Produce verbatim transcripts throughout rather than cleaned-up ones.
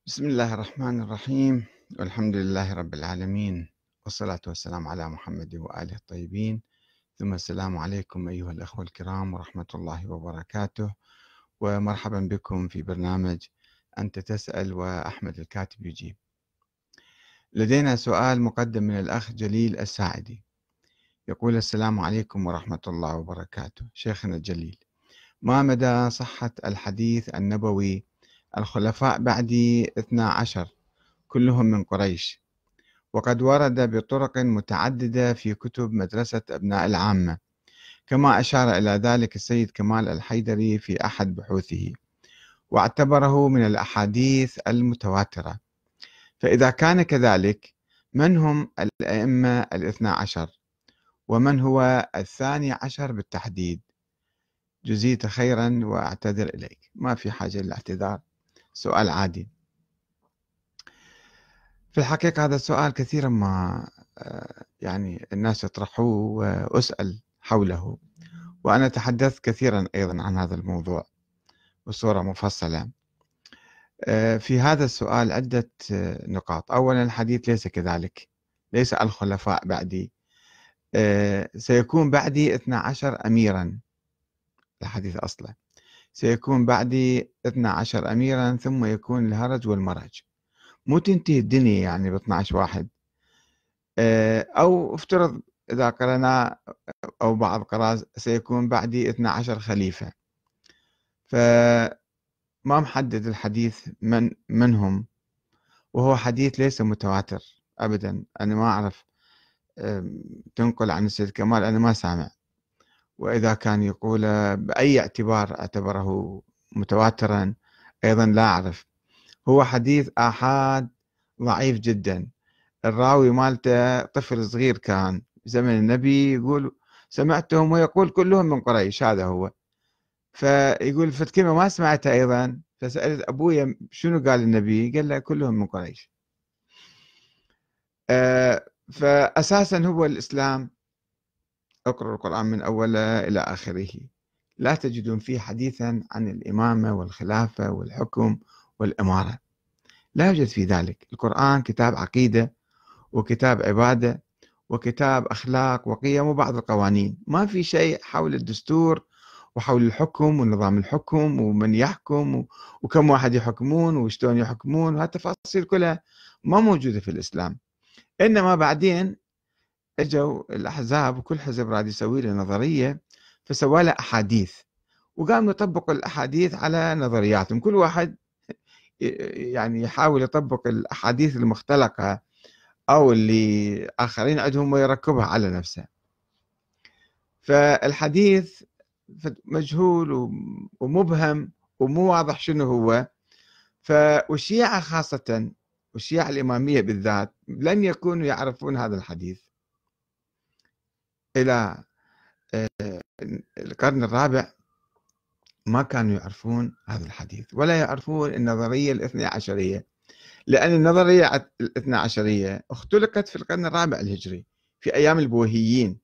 بسم الله الرحمن الرحيم، والحمد لله رب العالمين، والصلاة والسلام على محمد وآله الطيبين، ثم السلام عليكم أيها الأخوة الكرام ورحمة الله وبركاته، ومرحبا بكم في برنامج أنت تسأل وأحمد الكاتب يجيب. لدينا سؤال مقدم من الأخ جليل الساعدي، يقول: السلام عليكم ورحمة الله وبركاته شيخنا الجليل، ما مدى صحة الحديث النبوي الخلفاء بعدي اثنا عشر كلهم من قريش، وقد ورد بطرق متعددة في كتب مدرسة أبناء العامة، كما أشار إلى ذلك السيد كمال الحيدري في أحد بحوثه، واعتبره من الأحاديث المتواترة. فإذا كان كذلك، من هم الأئمة الاثنى عشر؟ ومن هو الثاني عشر بالتحديد؟ جزيت خيرا وأعتذر إليك. ما في حاجة للاعتذار، سؤال عادي. في الحقيقة هذا السؤال كثيرا ما يعني الناس يطرحوه وأسأل حوله، وأنا تحدثت كثيرا أيضا عن هذا الموضوع بصورة مفصلة. في هذا السؤال عدة نقاط. أولا، الحديث ليس كذلك، ليس الخلفاء بعدي، سيكون بعدي اثنا عشر أميرا. الحديث أصلا سيكون بعدي اثنا عشر أميرا، ثم يكون الهرج والمرج، مو تنتهي الدنيا يعني ب اثنا عشر واحد. أو افترض إذا قرأنا أو بعض قراء سيكون بعدي اثنا عشر خليفة، فما محدد الحديث من منهم، وهو حديث ليس متواتر أبدا. أنا ما أعرف تنقل عن السيد كمال، أنا ما سامع، وإذا كان يقول بأي اعتبار اعتبره متواترا أيضا لا أعرف. هو حديث آحاد ضعيف جدا، الراوي مالته طفل صغير كان زمن النبي، يقول سمعتهم ويقول كلهم من قريش، هذا هو. فيقول فت كلمة ما سمعتها أيضا، فسألت أبويا شنو قال النبي، قال له كلهم من قريش. أه فأساسا هو الإسلام اقرأ القرآن من أوله إلى آخره، لا تجدون فيه حديثا عن الإمامة والخلافة والحكم والإمارة، لا يوجد في ذلك. القرآن كتاب عقيدة وكتاب عبادة وكتاب أخلاق وقيم وبعض القوانين، ما في شيء حول الدستور وحول الحكم ونظام الحكم ومن يحكم وكم واحد يحكمون وشلون يحكمون، هالتفاصيل كلها ما موجودة في الإسلام. إنما بعدين اجوا الأحزاب وكل حزب راد يسوي له نظرية، فسوى له أحاديث وقاموا يطبقوا الأحاديث على نظرياتهم، كل واحد يعني يحاول يطبق الأحاديث المختلقة أو اللي آخرين عندهم ويركبها على نفسه. فالحديث مجهول ومبهم ومو واضح شنو هو. والشيعة خاصة والشيعة الإمامية بالذات لم يكونوا يعرفون هذا الحديث إلى القرن الرابع، ما كانوا يعرفون هذا الحديث ولا يعرفون النظرية الاثنى عشرية، لأن النظرية الاثنى عشرية اختلقت في القرن الرابع الهجري في أيام البويهيين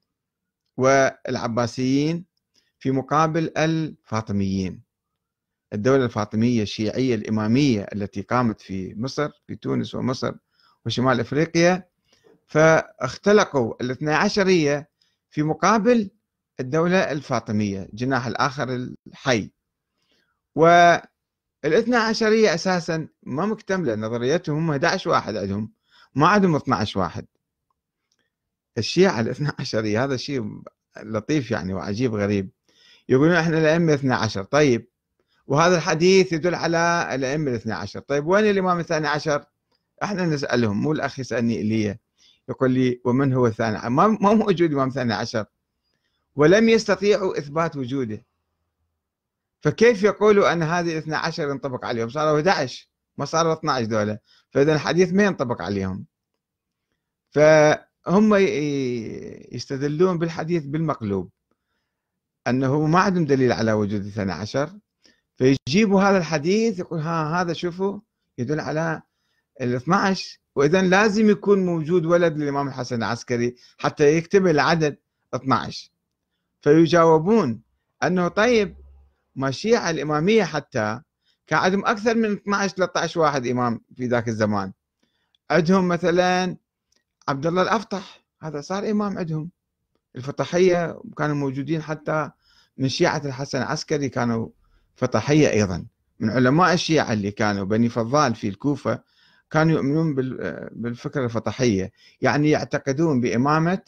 والعباسيين في مقابل الفاطميين. الدولة الفاطمية الشيعية الإمامية التي قامت في مصر، في تونس ومصر وشمال أفريقيا، فاختلقوا الاثنى عشرية في مقابل الدولة الفاطمية، جناح الآخر الحي. والاثنى عشرية أساسا ما مكتملة، نظريتهم هم أحد عشر واحد عندهم، ما عندهم اثنا عشر واحد. الشيعة الاثنى عشرية هذا شيء لطيف يعني وعجيب غريب، يقولون احنا الأئمة اثنا عشر. طيب، وهذا الحديث يدل على الأئمة الاثنى عشر، طيب وين الإمام الثاني عشر؟ احنا نسألهم، مو الأخ يسألني إلي يقول لي ومن هو الثاني؟ ما ما موجود إمام ثاني عشر، ولم يستطيعوا إثبات وجوده، فكيف يقولوا أن هذه الاثنى عشر ينطبق عليهم؟ صاروا أحد عشر، ما صاروا اثنا عشر دولة، فإذا الحديث ما ينطبق عليهم. فهم يستدلون بالحديث بالمقلوب، أنه ما عندهم دليل على وجود الاثنى عشر، فيجيبوا هذا الحديث يقول ها هذا شوفوا يدل على ال اثنا عشر، وإذا لازم يكون موجود ولد للإمام الحسن العسكري حتى يكتمل العدد اثنا عشر. فيجاوبون أنه طيب، ما الشيعة الإمامية حتى كان عندهم أكثر من اثنعش ثلاثة عشر واحد إمام في ذاك الزمان. عندهم مثلا عبد الله الأفطح، هذا صار إمام عندهم. الفطحية كانوا موجودين حتى من شيعة الحسن العسكري، كانوا فطحية أيضا من علماء الشيعة اللي كانوا بني فضال في الكوفة، كانوا يؤمنون بالفكرة الفطحية، يعني يعتقدون بإمامة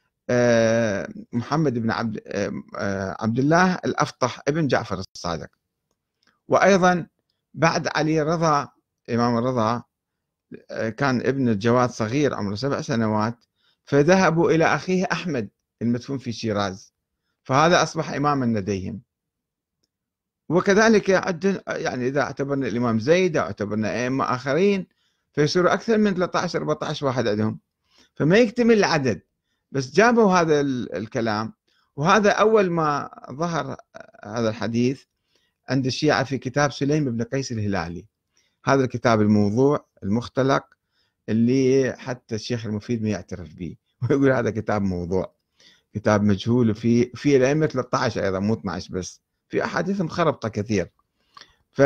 محمد بن عبد عبد الله الأفطح ابن جعفر الصادق. وأيضا بعد علي الرضا، إمام الرضا، كان ابن الجواد صغير عمره سبع سنوات، فذهبوا إلى أخيه أحمد المدفون في شيراز، فهذا أصبح إماما لديهم. وكذلك يعني إذا اعتبرنا الإمام زيد أو اعتبرنا أئمة آخرين فيصيروا أكثر من ثلاثة عشر أربعة عشر واحد عندهم، فما يكتمل العدد. بس جابوا هذا الكلام، وهذا أول ما ظهر هذا الحديث عند الشيعة في كتاب سليم بن قيس الهلالي، هذا الكتاب الموضوع المختلق اللي حتى الشيخ المفيد ما يعترف به ويقول هذا كتاب موضوع، كتاب مجهول، وفي في الأئمة ثلاثة عشر أيضا مو اثنعش بس، في أحاديث مخربطة كثير. ف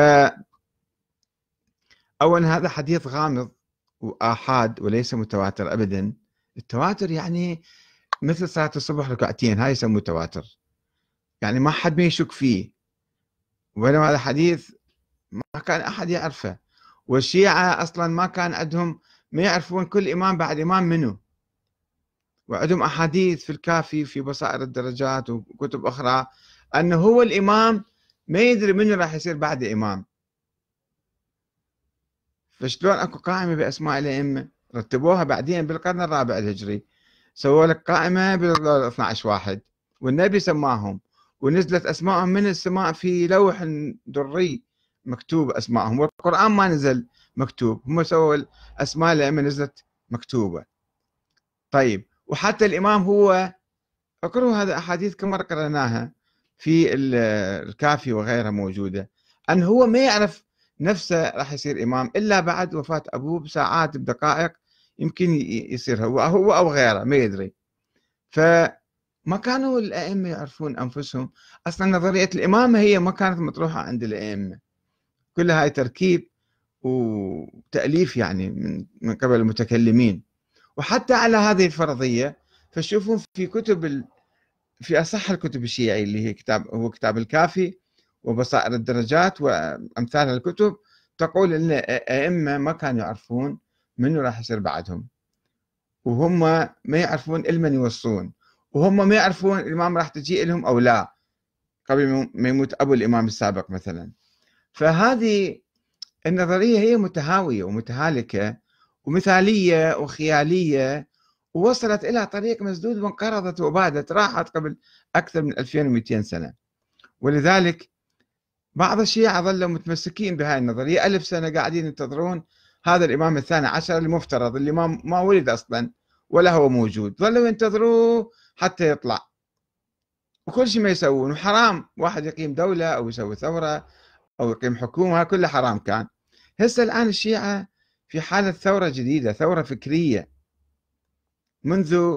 أولا هذا حديث غامض وآحاد وليس متواتر أبدا. التواتر يعني مثل صلاة الصبح ركعتين، هاي يسموه تواتر، يعني ما حد ما يشك فيه، وبينما هذا حديث ما كان أحد يعرفه. والشيعة أصلا ما كان عندهم، ما يعرفون كل إمام بعد إمام منه، وعندهم أحاديث في الكافي في بصائر الدرجات وكتب أخرى أنه هو الإمام ما يدري منه راح يصير بعد إمام. فشلون أكو قائمة بأسماء الأئمة رتبوها بعدين بالقرن الرابع الهجري، سووا لك قائمة بال اثني عشر واحد والنبي سماهم، ونزلت أسمائهم من السماء في لوح دري مكتوب أسمائهم، والقرآن ما نزل مكتوب، هم سووا الأسماء الأئمة نزلت مكتوبة. طيب وحتى الإمام هو، اقرأوا هذا أحاديث كما قرأناها في الكافي وغيرها موجودة، أن هو ما يعرف نفسه راح يصير إمام إلا بعد وفاة أبوه بساعات بدقائق، يمكن يصير هو هو أو غيره ما يدري. فما كانوا الأئمة يعرفون أنفسهم أصلا. نظرية الإمامة هي ما كانت مطروحة عند الأئمة، كل هاي تركيب وتأليف يعني من من قبل المتكلمين. وحتى على هذه الفرضية فشوفون في كتب ال... في أصح الكتب الشيعي اللي هي كتاب هو كتاب الكافي وبصائر الدرجات وأمثال الكتب، تقول أن الأئمة ما كانوا يعرفون منو راح يصير بعدهم، وهم ما يعرفون لمن يوصون، وهم ما يعرفون الإمام راح تجي لهم أو لا قبل ما يموت أبو الإمام السابق مثلا. فهذه النظرية هي متهاوية ومتهالكة ومثالية وخيالية، ووصلت إلى طريق مسدود وانقرضت وبادت، راحت قبل أكثر من ألفين ومئتين سنة. ولذلك بعض الشيعة ظلوا متمسكين بهاي النظرية، ألف سنة قاعدين ينتظرون هذا الإمام الثاني عشر المفترض اللي ما ما ولد أصلا ولا هو موجود، ظلوا ينتظروه حتى يطلع، وكل شيء ما يسوون. وحرام واحد يقيم دولة أو يسوي ثورة أو يقيم حكومة، كله حرام كان. هسه الآن الشيعة في حالة ثورة جديدة، ثورة فكرية منذ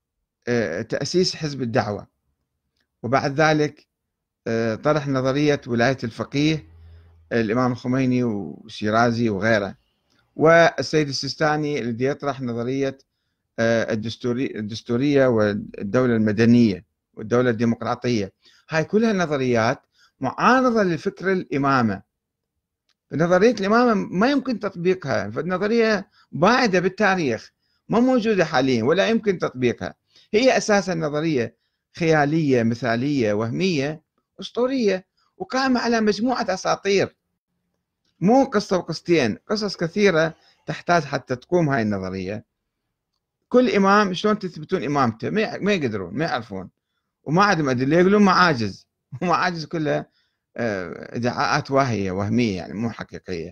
تأسيس حزب الدعوة، وبعد ذلك طرح نظرية ولاية الفقيه الإمام الخميني والشيرازي وغيره، والسيد السيستاني الذي يطرح نظرية الدستورية والدولة المدنية والدولة الديمقراطية. هاي كلها نظريات معارضة لفكر الإمامة. نظرية الإمامة ما يمكن تطبيقها، فالنظرية باعدة بالتاريخ ما موجودة حاليا ولا يمكن تطبيقها. هي أساسا نظرية خيالية مثالية وهمية أسطورية، وقائمة على مجموعة أساطير، مو قصة وقصتين، قصص كثيرة تحتاج حتى تقوم هاي النظرية. كل إمام شلون تثبتون إمامته؟ ما يقدرون، ما يعرفون، وما عندهم أدلة، يقولون معاجز، ومعاجز كلها ادعاءات واهية وهمية يعني مو حقيقية.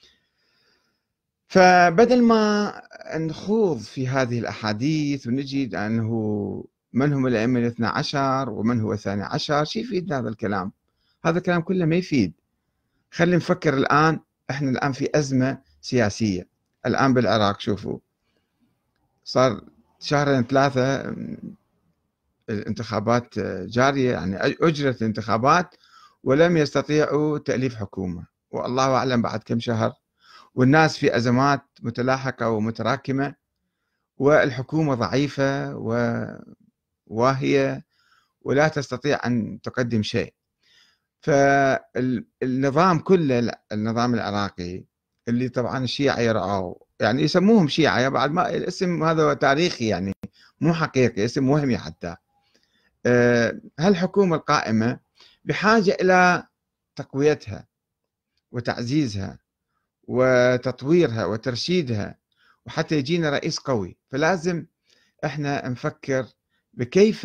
فبدل ما نخوض في هذه الأحاديث ونجد أنه من هم الأئمة الاثنى عشر ومن هو الثاني عشر، شو يفيد هذا الكلام؟ هذا الكلام كله ما يفيد. خلينا نفكر الآن، احنا الآن في أزمة سياسية الآن بالعراق. شوفوا صار شهرين ثلاثة الانتخابات جارية، يعني أجرت الانتخابات ولم يستطيعوا تأليف حكومة، والله أعلم بعد كم شهر، والناس في أزمات متلاحقة ومتراكمة، والحكومة ضعيفة وواهية ولا تستطيع أن تقدم شيء. فالنظام كله، النظام العراقي اللي طبعا الشيعة يرعاه، يعني يسموهم شيعة بعد ما الاسم هذا تاريخي، يعني مو حقيقي، اسم وهمي حتى. هالحكومة القائمة بحاجة إلى تقويتها وتعزيزها وتطويرها وترشيدها، وحتى يجينا رئيس قوي. فلازم احنا نفكر بكيف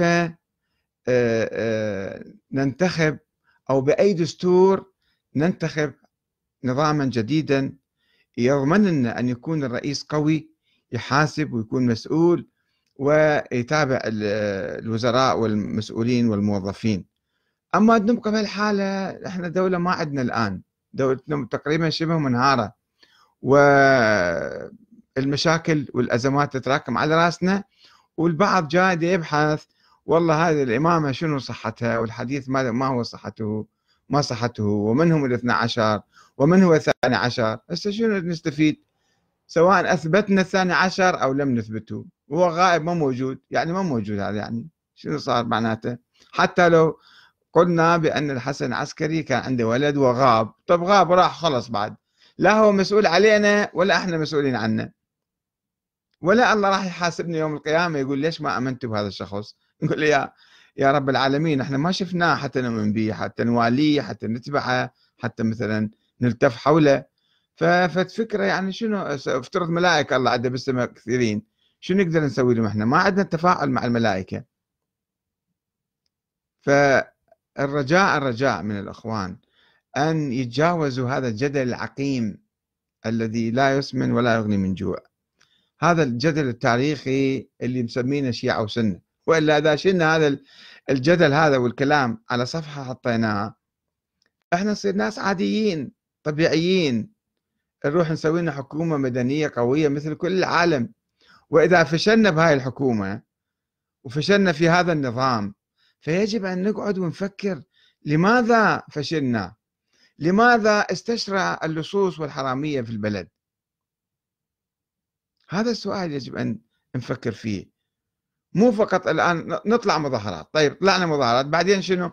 ننتخب، أو بأي دستور ننتخب نظاما جديدا يضمن لنا أن يكون الرئيس قوي، يحاسب ويكون مسؤول ويتابع الوزراء والمسؤولين والموظفين. أما نبقى بهالحالة، احنا دولة ما عندنا الآن، دولتنا تقريبا شبه منهارة، والمشاكل والأزمات تتراكم على رأسنا، والبعض جاي يبحث والله هذه الإمامة شنو صحتها، والحديث ما ما هو صحته، ما صحته، ومن هم الاثنى عشر، ومن هو الثاني عشر. هسه شنو نستفيد سواء أثبتنا الثاني عشر أو لم نثبته؟ هو غائب، ما موجود، يعني ما موجود، هذا يعني شنو صار معناته؟ حتى لو قلنا بأن الحسن العسكري كان عنده ولد وغاب، طب غاب وراح خلص، بعد لا هو مسؤول علينا ولا احنا مسؤولين عنه، ولا الله راح يحاسبني يوم القيامة يقول ليش ما آمنت بهذا الشخص؟ نقول له يا يا رب العالمين، احنا ما شفناه حتى نؤمن به، حتى نواليه، حتى نتبعه، حتى مثلا نلتف حوله. فالفكرة يعني شنو، افترض ملائكة الله عنده بالسماء كثيرين، شنو نقدر نسوي لهم؟ احنا ما عندنا تفاعل مع الملائكة. فالرجاء الرجاء من الأخوان أن يتجاوزوا هذا الجدل العقيم الذي لا يسمن ولا يغني من جوع، هذا الجدل التاريخي اللي مسمينه شيعة وسنة. وإلا إذا شلنا هذا الجدل هذا والكلام على صفحة حطيناها، احنا نصير ناس عاديين طبيعيين، نروح نسوي لنا حكومة مدنية قوية مثل كل العالم. وإذا فشلنا بهاي الحكومة وفشلنا في هذا النظام، فيجب أن نقعد ونفكر لماذا فشلنا، لماذا استشرى اللصوص والحرامية في البلد. هذا السؤال يجب أن نفكر فيه، مو فقط الآن نطلع مظاهرات. طيب طلعنا مظاهرات، بعدين شنو؟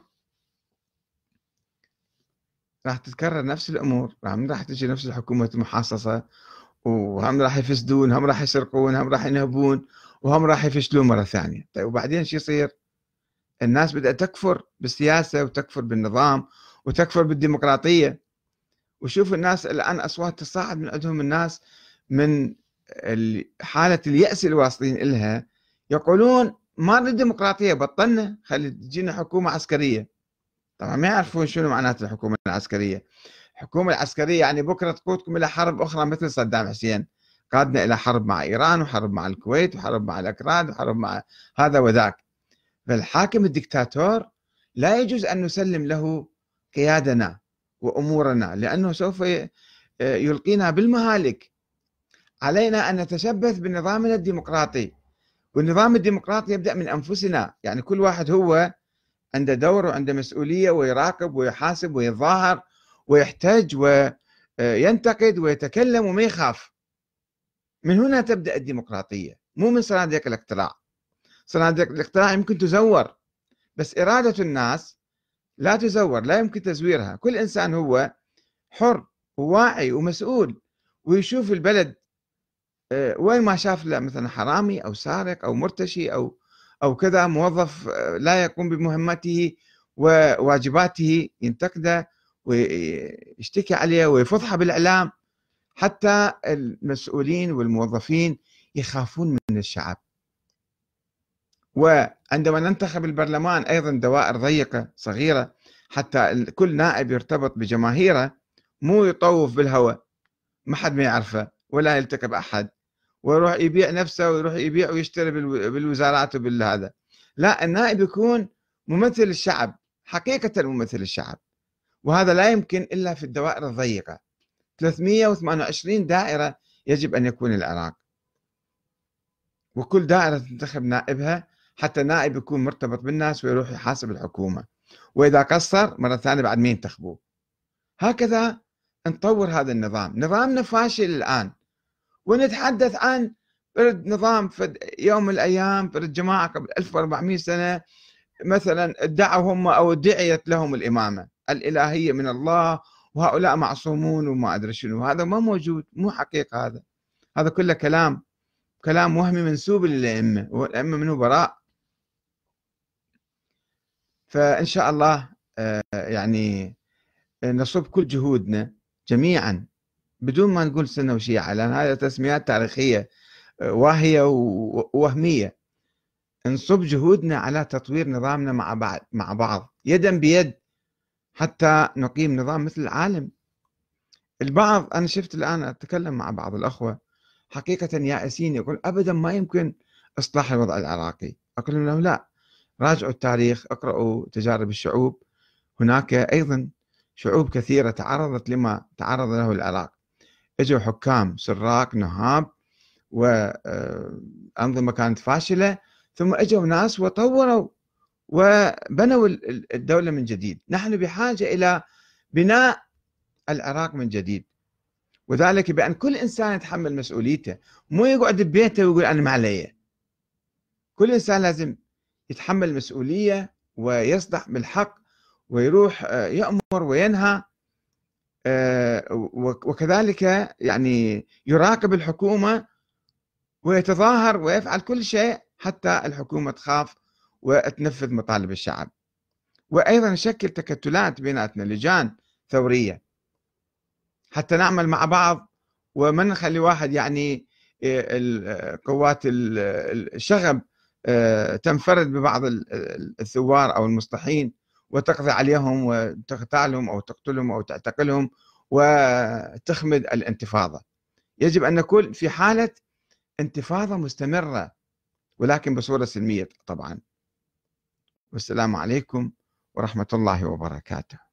راح تتكرر نفس الأمور، راح تجي نفس الحكومة المحاصصة، وهم راح يفسدون، هم راح يسرقون، هم راح ينهبون، وهم راح يفشلون مرة ثانية. طيب وبعدين شو يصير؟ الناس بدأت تكفر بالسياسة وتكفر بالنظام وتكفر بالديمقراطية. وشوف الناس الآن أصوات تصاعد من عندهم، الناس من حالة اليأس اللي واصلين إلها يقولون ما نريد ديمقراطية، بطلنا، خلي تجينا حكومة عسكرية. طبعا ما يعرفون شنو معنات الحكومة العسكرية. الحكومة العسكرية يعني بكرة تقودكم إلى حرب أخرى مثل صدام حسين، قادنا إلى حرب مع إيران، وحرب مع الكويت، وحرب مع الأكراد، وحرب مع هذا وذاك. فالحاكم الدكتاتور لا يجوز أن نسلم له قيادنا وأمورنا، لأنه سوف يلقينا بالمهالك. علينا أن نتشبث بنظامنا الديمقراطي، والنظام الديمقراطي يبدأ من أنفسنا. يعني كل واحد هو عنده دور وعنده مسؤولية، ويراقب ويحاسب ويتظاهر ويحتج وينتقد ويتكلم وما يخاف. من هنا تبدأ الديمقراطية، مو من صناديق الاقتراع. صناديق الاقتراع يمكن تزور، بس إرادة الناس لا تزور، لا يمكن تزويرها. كل إنسان هو حر وواعي ومسؤول، ويشوف البلد وين ما شاف له مثلا حرامي أو سارق أو مرتشي أو أو كذا موظف لا يقوم بمهمته وواجباته، ينتقده ويشتكي عليه ويفضحه بالإعلام، حتى المسؤولين والموظفين يخافون من الشعب. وعندما ننتخب البرلمان أيضا دوائر ضيقة صغيرة، حتى كل نائب يرتبط بجماهيره، مو يطوف بالهواء ما حد ما يعرفه ولا يلتقي بأحد، ويروح يبيع نفسه ويروح يبيع ويشتري بالوزارات وبالهذا. لا، النائب يكون ممثل الشعب، حقيقة ممثل الشعب، وهذا لا يمكن إلا في الدوائر الضيقة. ثلاثمئة وثمانية وعشرين دائرة يجب أن يكون العراق، وكل دائرة تنتخب نائبها، حتى نائب يكون مرتبط بالناس ويروح يحاسب الحكومة، وإذا قصر مرة ثانية بعد ما ينتخبوه. هكذا نطور هذا النظام. نظامنا فاشل الآن، ونتحدث عن برد نظام في يوم من الأيام، برد جماعة قبل ألف وأربعمئة سنة مثلا ادعوا هم أو ادعيت لهم الإمامة الإلهية من الله، وهؤلاء معصومون وما أدري شنو. هذا ما موجود، مو حقيقة. هذا هذا كله كلام كلام وهمي منسوب للأئمة، والأئمة منه براء. فإن شاء الله يعني نصب كل جهودنا جميعا بدون ما نقول سنة وشيعة، لأن هذه تسميات تاريخية واهية ووهمية. نصب جهودنا على تطوير نظامنا مع بعض مع بعض يدا بيد حتى نقيم نظام مثل العالم. البعض، أنا شفت الآن أتكلم مع بعض الأخوة حقيقة يائسين، يقول أبدا ما يمكن إصلاح الوضع العراقي. أقول لهم لا، راجعوا التاريخ، اقرأوا تجارب الشعوب. هناك أيضا شعوب كثيرة تعرضت لما تعرض له العراق. اجوا حكام سراق نهاب وأنظمة كانت فاشلة، ثم اجوا ناس وطوروا وبنوا الدولة من جديد. نحن بحاجة إلى بناء العراق من جديد، وذلك بأن كل إنسان يتحمل مسؤوليته، مو يقعد ببيته ويقول أنا ما علي. كل إنسان لازم يتحمل مسؤولية ويصدح بالحق ويروح يأمر وينهى، وكذلك يعني يراقب الحكومة ويتظاهر ويفعل كل شيء حتى الحكومة تخاف وتنفذ مطالب الشعب. وأيضا نشكل تكتلات بيناتنا، لجان ثورية، حتى نعمل مع بعض وما نخلي واحد يعني قوات الشغب تنفرد ببعض الثوار أو المصلحين وتقضي عليهم وتغتالهم أو تقتلهم أو تعتقلهم وتخمد الانتفاضة. يجب أن نكون في حالة انتفاضة مستمرة، ولكن بصورة سلمية طبعا. والسلام عليكم ورحمة الله وبركاته.